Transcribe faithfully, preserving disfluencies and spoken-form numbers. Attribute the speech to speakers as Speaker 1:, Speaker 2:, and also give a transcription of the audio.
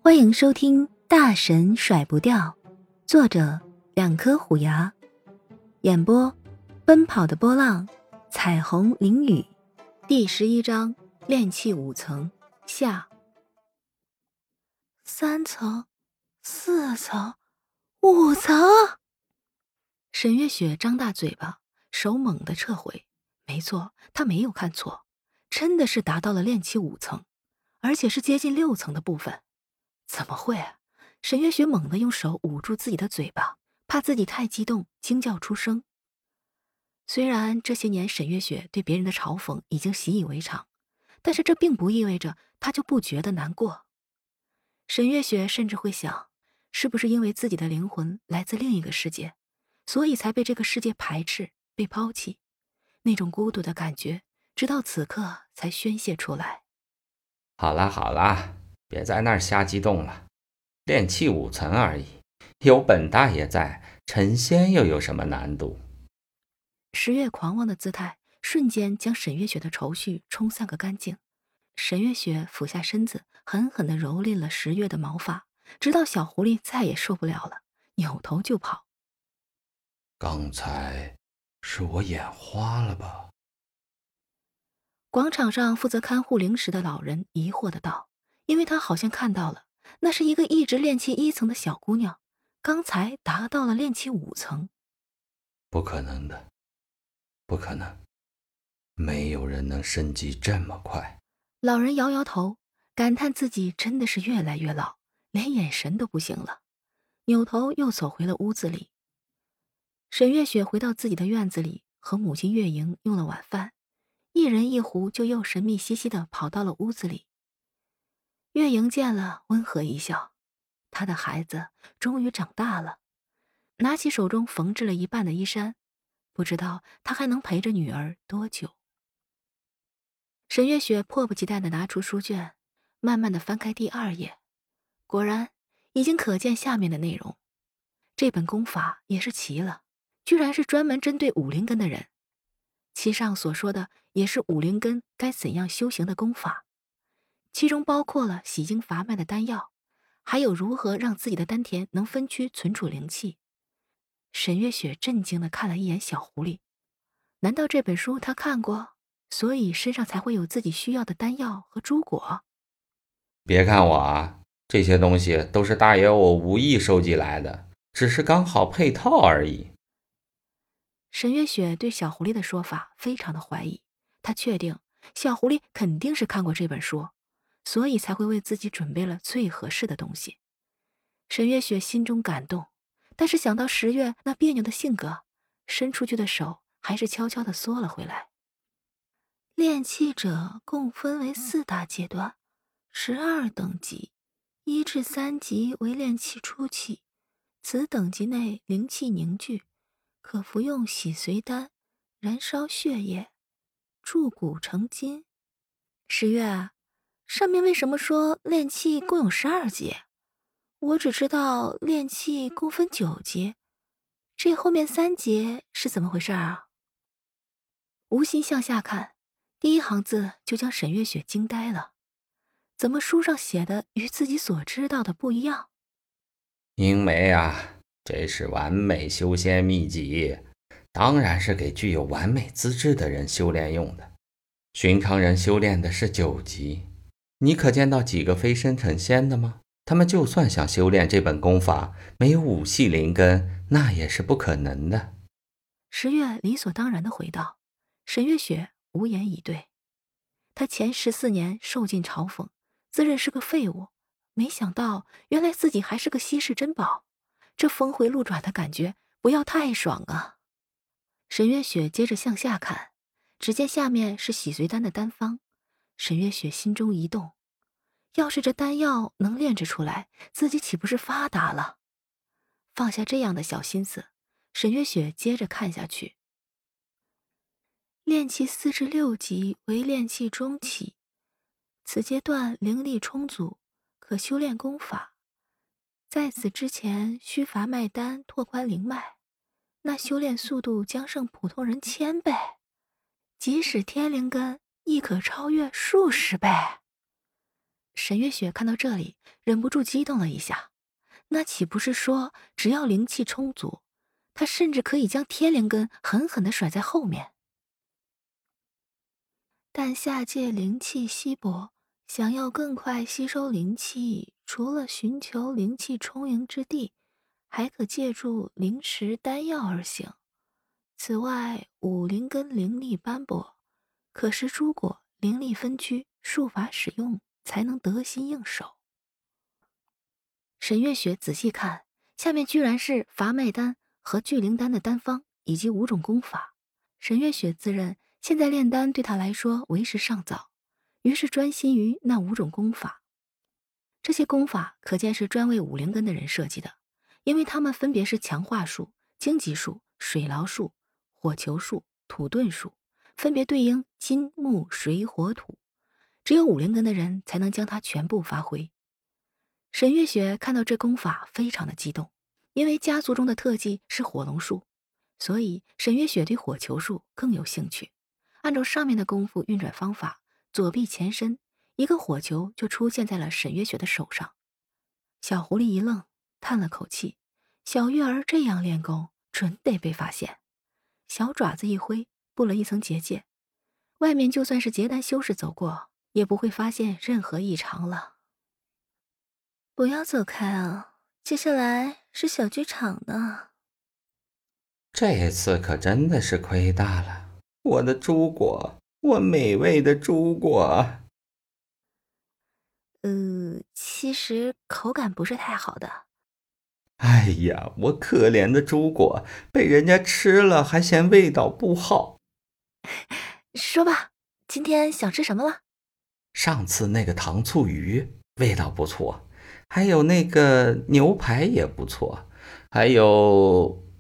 Speaker 1: 欢迎收听《大神甩不掉》，作者两颗虎牙，演播奔跑的波浪，彩虹淋雨，第十一章炼气五层下。三层，四层，五层。沈月雪张大嘴巴，手猛地撤回。没错，她没有看错，真的是达到了炼气五层，而且是接近六层的部分。怎么会啊？沈月雪猛地用手捂住自己的嘴巴，怕自己太激动惊叫出声。虽然这些年沈月雪对别人的嘲讽已经习以为常，但是这并不意味着她就不觉得难过。沈月雪甚至会想，是不是因为自己的灵魂来自另一个世界，所以才被这个世界排斥、被抛弃？那种孤独的感觉，直到此刻才宣泄出来。
Speaker 2: 好啦好啦，别在那儿瞎激动了，炼气五层而已，有本大爷在，成仙又有什么难度？
Speaker 1: 十月狂妄的姿态瞬间将沈月雪的愁绪冲散个干净。沈月雪俯下身子，狠狠地蹂躏了十月的毛发，直到小狐狸再也受不了了，扭头就跑。
Speaker 3: 刚才是我眼花了吧？
Speaker 1: 广场上负责看护灵石的老人疑惑的道，因为他好像看到了，那是一个一直炼气一层的小姑娘，刚才达到了炼气五层。
Speaker 3: 不可能的，不可能，没有人能升级这么快。
Speaker 1: 老人摇摇头，感叹自己真的是越来越老，连眼神都不行了，扭头又走回了屋子里。沈月雪回到自己的院子里，和母亲月莹用了晚饭，一人一壶，就又神秘兮兮地跑到了屋子里。月莹见了，温和一笑，她的孩子终于长大了，拿起手中缝制了一半的衣衫，不知道她还能陪着女儿多久。沈月雪迫不及待地拿出书卷，慢慢地翻开第二页，果然已经可见下面的内容。这本功法也是奇了，居然是专门针对五灵根的人。其上所说的也是五灵根该怎样修行的功法，其中包括了洗精伐脉的丹药，还有如何让自己的丹田能分区存储灵气。沈月雪震惊地看了一眼小狐狸，难道这本书她看过，所以身上才会有自己需要的丹药和珠果？
Speaker 2: 别看我啊，这些东西都是大爷我无意收集来的，只是刚好配套而已。
Speaker 1: 沈月雪对小狐狸的说法非常的怀疑，她确定小狐狸肯定是看过这本书，所以才会为自己准备了最合适的东西。沈月雪心中感动，但是想到十月那别扭的性格，伸出去的手还是悄悄地缩了回来。炼气者共分为四大阶段，十二等级，一至三级为炼气初期，此等级内灵气凝聚，可服用洗髓丹，燃烧血液，铸骨成金。十月，上面为什么说炼气共有十二级？我只知道炼气共分九级，这后面三节是怎么回事啊？无心向下看，第一行字就将沈月雪惊呆了。怎么书上写的与自己所知道的不一样？
Speaker 2: 英梅啊，这是完美修仙秘籍，当然是给具有完美资质的人修炼用的。寻常人修炼的是九级，你可见到几个飞升成仙的吗？他们就算想修炼这本功法，没有五系灵根，那也是不可能的。
Speaker 1: 十月理所当然地回道。沈月雪无言以对。他前十四年受尽嘲讽，自认是个废物，没想到原来自己还是个稀世珍宝，这峰回路转的感觉不要太爽啊！沈月雪接着向下看，只见下面是洗髓丹的丹方。沈月雪心中一动，要是这丹药能炼制出来，自己岂不是发达了？放下这样的小心思，沈月雪接着看下去。炼气四至六级为炼气中期，此阶段灵力充足，可修炼功法。在此之前需伐脉丹拓宽灵脉，那修炼速度将胜普通人千倍，即使天灵根亦可超越数十倍。 沈月雪看到这里，忍不住激动了一下。那岂不是说，只要灵气充足，她甚至可以将天灵根狠狠地甩在后面？但下界灵气稀薄，想要更快吸收灵气，除了寻求灵气充盈之地，还可借助灵石丹药而行。此外，五灵根灵力斑驳，可食诸果，灵力分居，术法使用才能得心应手。沈月雪仔细看，下面居然是伐脉丹和聚灵丹的丹方，以及五种功法。沈月雪自认现在炼丹对她来说为时尚早，于是专心于那五种功法。这些功法可见是专为五灵根的人设计的，因为它们分别是强化术、荆棘术、水牢术、火球术、土遁术，分别对应金木水火土，只有五灵根的人才能将它全部发挥。沈月雪看到这功法非常的激动，因为家族中的特技是火龙术，所以沈月雪对火球术更有兴趣。按照上面的功夫运转方法，左臂前伸，一个火球就出现在了沈月雪的手上。小狐狸一愣，叹了口气，小月儿这样练功准得被发现。小爪子一挥，布了一层结界，外面就算是结丹修士走过，也不会发现任何异常了。不要走开啊，接下来是小剧场呢。
Speaker 2: 这次可真的是亏大了，我的猪果，我美味的猪果。
Speaker 1: 呃，其实口感不是太好的。
Speaker 2: 哎呀，我可怜的猪果，被人家吃了还嫌味道不好。
Speaker 1: 说吧，今天想吃什么了？
Speaker 2: 上次那个糖醋鱼味道不错，还有那个牛排也不错，还有